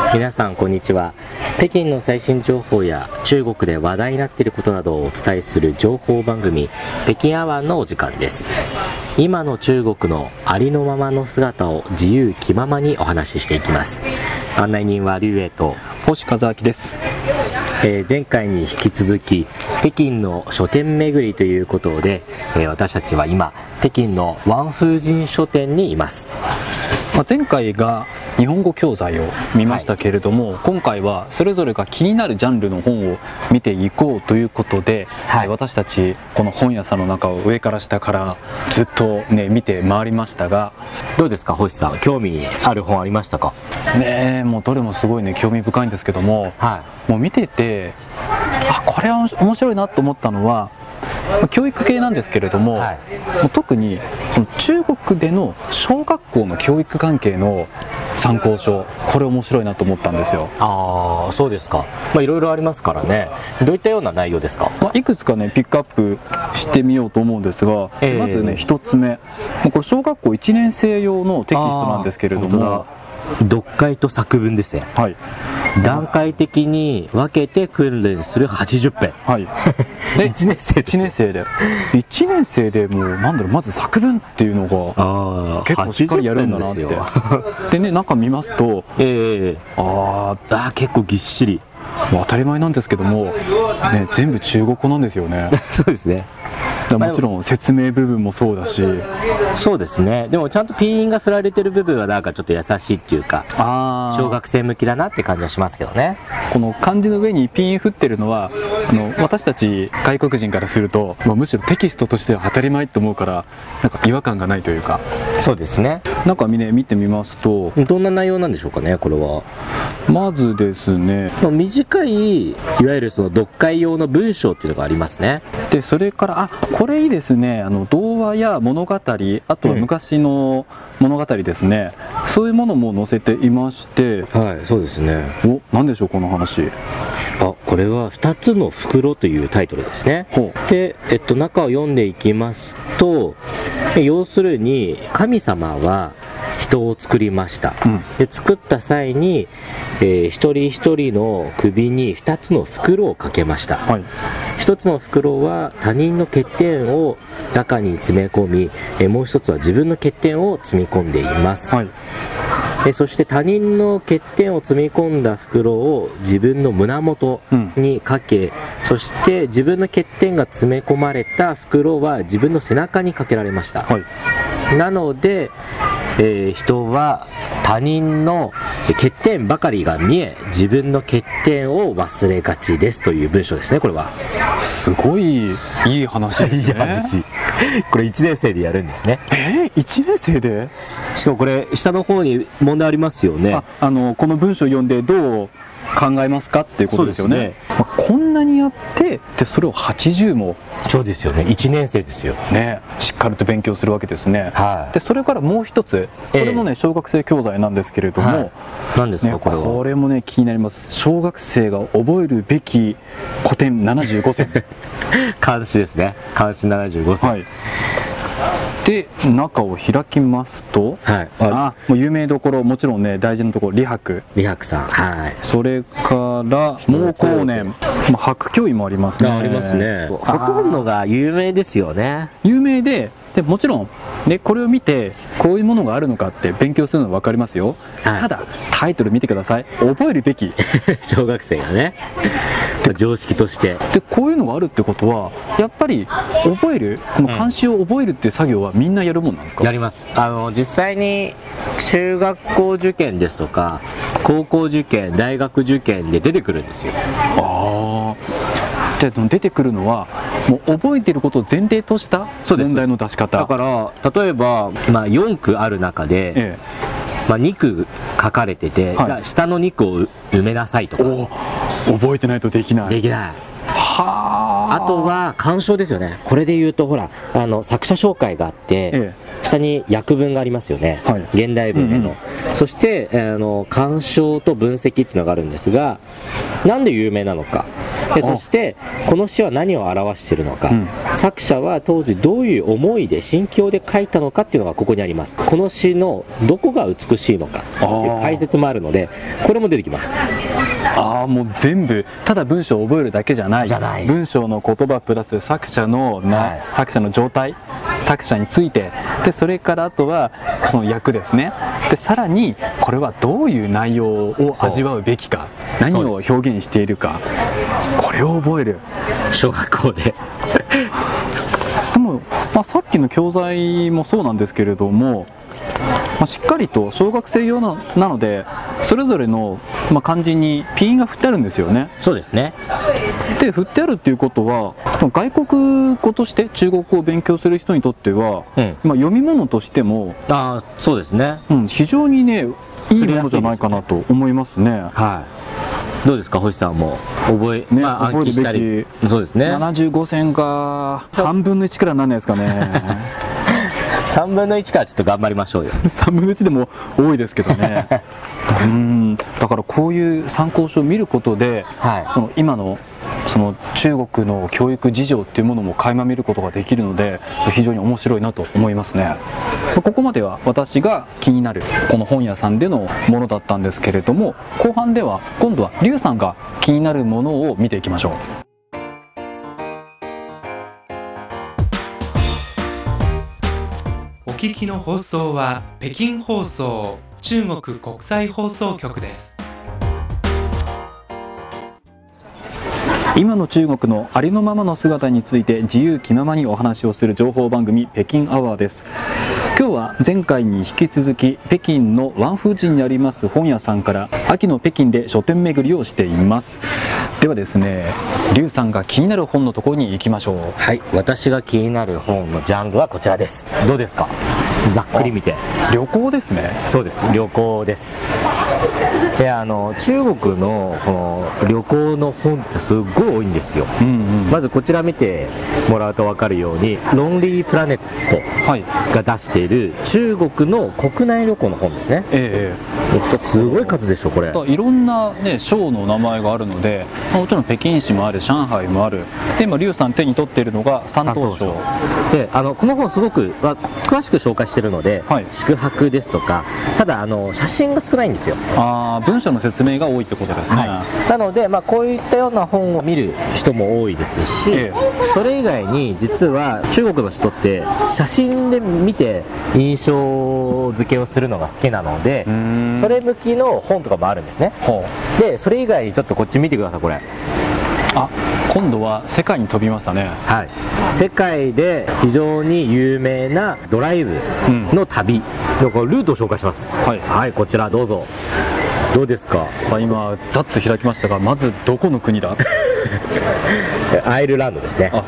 皆さんこんにちは。北京の最新情報や中国で話題になっていることなどをお伝えする情報番組、北京アワーのお時間です。今の中国のありのままの姿を自由気ままにお話ししていきます。案内人は劉英と星和明です。 前回に引き続き北京の書店巡りということで、私たちは今北京の王府井書店にいます。 前回が日本語教材を見ましたけれども、今回はそれぞれが気になるジャンルの本を見ていこうということで、私たちこの本屋さんの中を上から下からずっと見て回りましたが、 どうですか星さん、興味ある本ありましたか？ もうどれもすごい興味深いんですけども、もう見ててこれは面白いなと思ったのは教育系なんですけれども、もう特にその中国での小学校の教育関係の参考書、これ面白いなと思ったんですよ。 そうですか。いろいろありますからね。どういったような内容ですか？ いくつかピックアップしてみようと思うんですが、まず一つ目、これ小学校1年生用のテキストなんですけれども、 読解と作文ですね。段階的に分けて訓練する80編。1年生 1年生で1年生でもうまず作文っていうのが結構しっかりやるんだなってで中見ますと結構ぎっしり、 当たり前なんですけども、全部中国語なんですよね。 そうですね。 もちろん説明部分もそうだし、 そうですね。でもちゃんとピンが振られてる部分はちょっと優しいっていうか、小学生向きだなって感じはしますけどね。 この漢字の上にピン振ってるのは私たち外国人からすると、むしろテキストとしては当たり前と思うから違和感がないというか。 そうですね。 見てみますと、 どんな内容なんでしょうかね、これは。 まずですね、 短いいわゆるその読解用の文章っていうのがありますね。 でそれからこれいいですね。童話や物語、あとは昔の物語ですね、そういうものも載せていまして、 そうですね。 何でしょうこの話。 これは2つの袋というタイトルですね。で、中を読んでいきますと、要するに神様は人を作りました。で作った際に、一人一人の首に2つの袋をかけました。1つの袋は他人の欠点を中に詰め込み、もう1つは自分の欠点を積み込んでいます。そして他人の欠点を積み込んだ袋を自分の胸元にかけ、そして自分の欠点が詰め込まれた袋は自分の背中にかけられました。なので、人は他人の欠点ばかりが見え、自分の欠点を忘れがちですという文章ですね。これはすごいいい話ですね。 いい話。これ1年生でやるんですね。 1年生で？ しかもこれ下の方に問題ありますよね。 この文章を読んでどう考えますかっていうことですよね。こんなにやってでそれを80も。 そうですよね。1年生ですよね。しっかりと勉強するわけですね。でそれからもう一つ、これも小学生教材なんですけれども、 何ですかこれは。 これも気になります。小学生が覚えるべき古典75選漢詩ですね。漢詩75選。 で中を開きますと、もう有名どころ、もちろん大事なところ、李白さん、それから毛後年、白居易もありますね。 ありますね。ほとんどが有名ですよね。 有名でもちろんこれを見てこういうものがあるのかって勉強するのは分かりますよ。ただタイトル見てください。覚えるべき小学生がね、常識としてでこういうのがあるってことは、やっぱり覚える、この漢詩を覚えるっていう作業はみんなやるもんなんですか？ やります。実際に中学校受験ですとか高校受験、大学受験で出てくるんですよ。 出てくるのはもう覚えていることを前提とした問題の出し方だから、例えば、4句ある中で、2句書かれてて、じゃあ下の2句を埋めなさいとか。 覚えてないとできない。 あとは鑑賞ですよね。これで言うと作者紹介があって、下に訳文がありますよね。現代文への、そして鑑賞と分析っていうのがあるんですが、なんで有名なのか。 でそしてこの詩は何を表しているのか、作者は当時どういう思いで心境で書いたのかっていうのがここにあります。この詩のどこが美しいのかっていう解説もあるので、これも出てきます。 もう全部ただ文章を覚えるだけじゃない、文章の言葉プラス作者の作者の状態、作者について、でそれからあとはその役ですね。でさらにこれはどういう内容を味わうべきか、何を表現しているか、これを覚える、 小学校ででも、さっきの教材もそうなんですけれども、しっかりと小学生用なのでそれぞれの、漢字にピンが振ってあるんですよね。 そうですね。 で振ってあるっていうことは外国語として中国語を勉強する人にとっては、読み物としてもそうですね、 非常にねいいものじゃないかなと思いますね。 どうですか星さんも覚えるべき。そうですね。 75銭が3分の1くらいなんないですかね 3分の1からちょっと頑張りましょうよ 3分の1でも多いですけどねだからこういう参考書を見ることで、その今のその中国の教育事情っていうものも垣間見ることができるので、非常に面白いなと思いますね。ここまでは私が気になるこの本屋さんでのものだったんですけれども、後半では今度は劉さんが気になるものを見ていきましょう。 お聞きの放送は北京放送中国国際放送局です。 今の中国のありのままの姿について自由気ままにお話をする情報番組北京アワーです。今日は前回に引き続き北京のワンフージンにあります本屋さんから秋の北京で書店巡りをしています。ではですね、劉さんが気になる本のところに行きましょう。 はい、私が気になる本のジャンルはこちらです。どうですか、ざっくり見て。 旅行ですね。 そうです、旅行です。で中国のこの旅行の本ってすっごい多いんですよ。まずこちら見てもらうと分かるようにロンリープラネットが出している中国の国内旅行の本ですね。すごい数でしょこれ。 いろんなね省の名前があるので、もちろん北京市もある、上海もある。で今劉さん手に取っているのが山東省で、この本すごく、詳しく紹介しているので、宿泊ですとか、ただ写真が少ないんですよ。 文章の説明が多いってことですね。 なので、こういったような本を見る人も多いですし、それ以外に実は中国の人って写真で見て印象付けをするのが好きなので、それ向きの本とかもあるんですね。でそれ以外にちょっとこっち見てください。これ今度は世界に飛びましたね。 世界で非常に有名なドライブの旅のルートを紹介します。こちらどうぞ。どうですか。 今ざっと開きましたが、まずどこの国だアイルランドですね。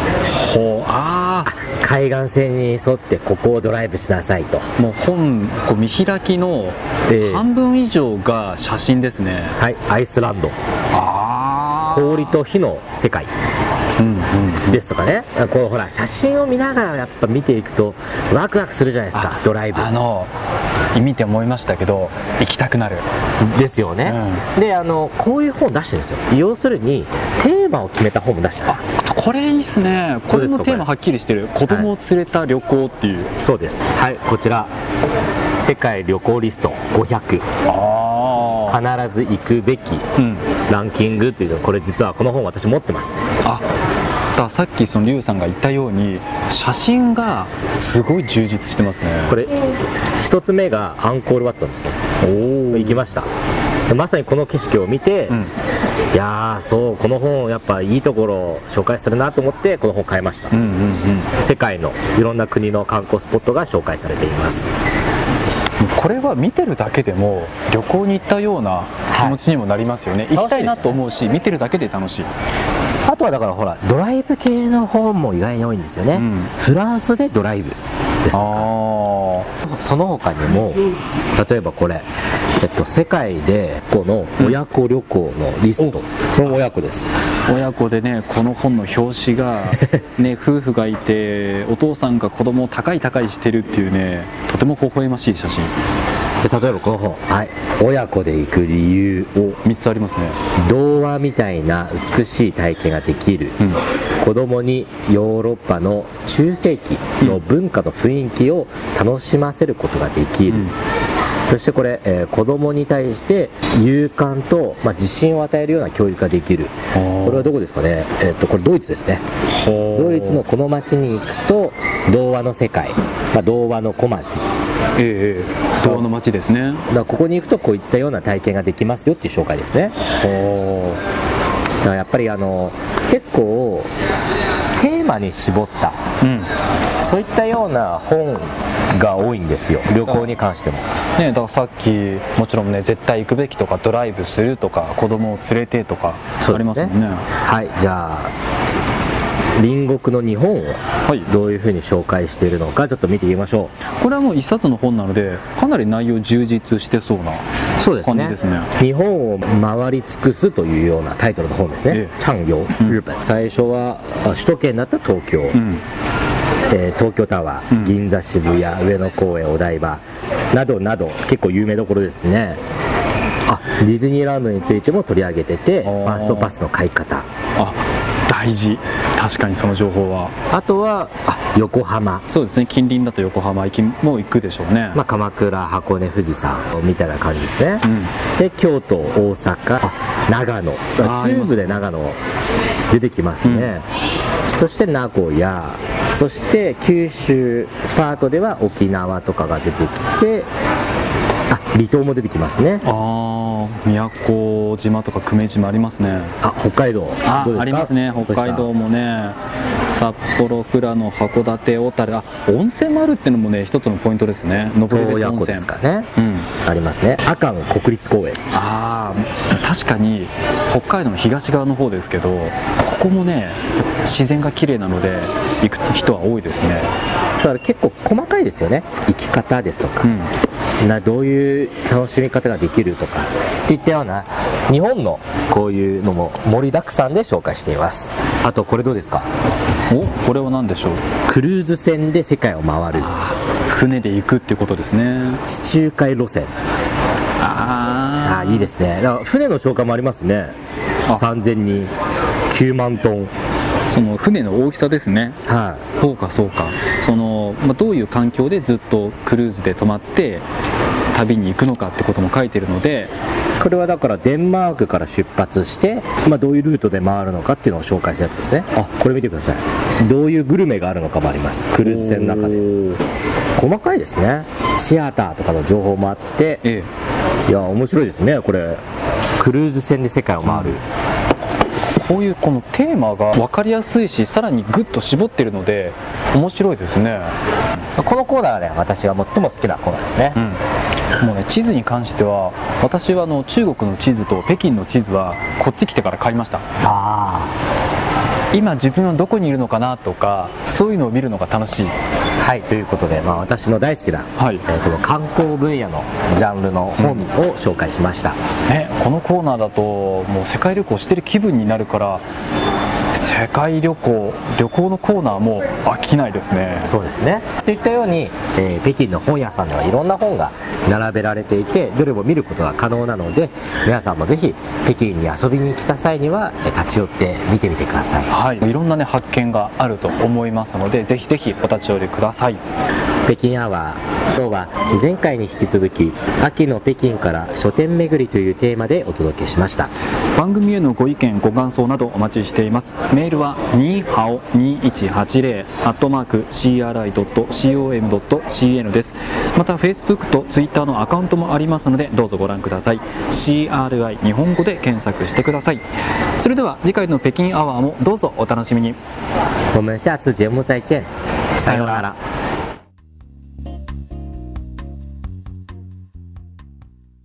海岸線に沿ってここをドライブしなさいと。 もう本見開きの半分以上が写真ですね。 アイスランド、氷と火の世界ですとかね。こうほら写真を見ながらやっぱ見ていくとワクワクするじゃないですか。ドライブ見て思いましたけど、行きたくなるですよね。でこういう本出してるんですよ。要するにテーマを決めた本も出してる。 これいいっすね。これのテーマはっきりしてる。子供を連れた旅行っていう。 そうです。こちら世界旅行リスト500、必ず行くべきランキングというの、これ実はこの本私持ってます。 さっき劉さんが言ったように写真がすごい充実してますね。 これ一つ目がアンコールワットなんですね。行きました。まさにこの景色を見て、いやこの本やっぱいいところを紹介するなと思ってこの本を買いました。世界のいろんな国の観光スポットが紹介されています。 これは見てるだけでも旅行に行ったような気持ちにもなりますよね。行きたいなと思うし、見てるだけで楽しい。 あとはだからほらドライブ系の本も意外に多いんですよね。フランスでドライブですとか、その他にも例えばこれ、世界でこの親子旅行のリスト、この親子です。 親子でね、この本の表紙がね夫婦がいてお父さんが子供を高いしてるっていうね、とても微笑ましい写真。 で例えばこの本、はい、親子で行く理由を3つありますね。 童話みたいな美しい体験ができる、子供にヨーロッパの中世紀の文化の雰囲気を楽しませることができる、そしてこれ、子供に対して勇敢と、自信を与えるような教育ができる。これはどこですかね、これドイツですね。ドイツのこの町に行くと童話の世界、童話の小町、 童話の町ですね。 だからここに行くとこういったような体験ができますよっていう紹介ですね。だからやっぱり結構テーマに絞った、そういったような本が多いんですよ、旅行に関してもね。だからさっきもちろんね、絶対行くべきとかドライブするとか子供を連れてとかありますもんね。 はい、じゃあ隣国の日本をどういうふうに紹介しているのかちょっと見ていきましょう。これはもう一冊の本なのでかなり内容充実してそうな感じですね。 日本を回り尽くすというようなタイトルの本ですね。畅遊日本、最初は首都圏だった東京、東京タワー、銀座、渋谷、上野公園、お台場などなど結構有名どころですね。ディズニーランドについても取り上げてて、ファーストパスの買い方、 大事。確かにその情報は。 あとは横浜、 そうですね、近隣だと横浜も行くでしょうね。 鎌倉、箱根、富士山みたいな感じですね。で京都、大阪、長野、中部で長野出てきますね。そして名古屋、そして九州パートでは沖縄とかが出てきて、離島も出てきますね。 宮古島とか久米島ありますね。 北海道どうですか？ ありますね。北海道もね、札幌、富良野、函館、小樽、温泉もあるっていうのもね一つのポイントですね。 洞爺湖ですかね、ありますね。阿寒国立公園、 確かに北海道の東側の方ですけど、ここもね自然が綺麗なので行く人は多いですね。 だから結構細かいですよね。生き方ですとか、どういう楽しみ方ができるとかっていったような日本のこういうのも盛りだくさんで紹介しています。あとこれどうですか？ これは何でしょう？ クルーズ船で世界を回る。 船で行くってことですね。 地中海路線。いいですね。だから船の紹介もありますね。3000人、9万トン。 その船の大きさですね。そうか。どういう環境でずっとクルーズで泊まって旅に行くのかってことも書いてるので、 これはだからデンマークから出発して、どういうルートで回るのかっていうのを紹介したやつですね。これ見てください。どういうグルメがあるのかもあります。クルーズ船の中で細かいですね。シアターとかの情報もあって、いや面白いですね。これクルーズ船で世界を回る、 こういうこのテーマが分かりやすいし、さらにグッと絞ってるので面白いですね。 このコーナーはね、私が最も好きなコーナーですね。 もうね、地図に関しては私は中国の地図と北京の地図はこっち来てから買いました。今自分はどこにいるのかなとか、そういうのを見るのが楽しい。 ということで、私の大好きな、この観光分野のジャンルの本を紹介しました。 このコーナーだともう世界旅行してる気分になるから、世界旅行のコーナーも飽きないですね。 そうですね。といったように、北京の本屋さんではいろんな本が並べられていて、どれも見ることが可能なので、皆さんもぜひ北京に遊びに来た際には立ち寄って見てみてください。 いろんなね発見があると思いますので、ぜひぜひお立ち寄りください。 北京アワー、今日は前回に引き続き秋の北京から書店巡りというテーマでお届けしました。 番組へのご意見ご感想などお待ちしています。メールはniihao2180@cri.com.cn です。また Facebook と Twitter のアカウントもありますので、どうぞご覧ください。CRI 日本語で検索してください。それでは次回の北京アワーもどうぞお楽しみに。 我们下次节目再见。さようなら。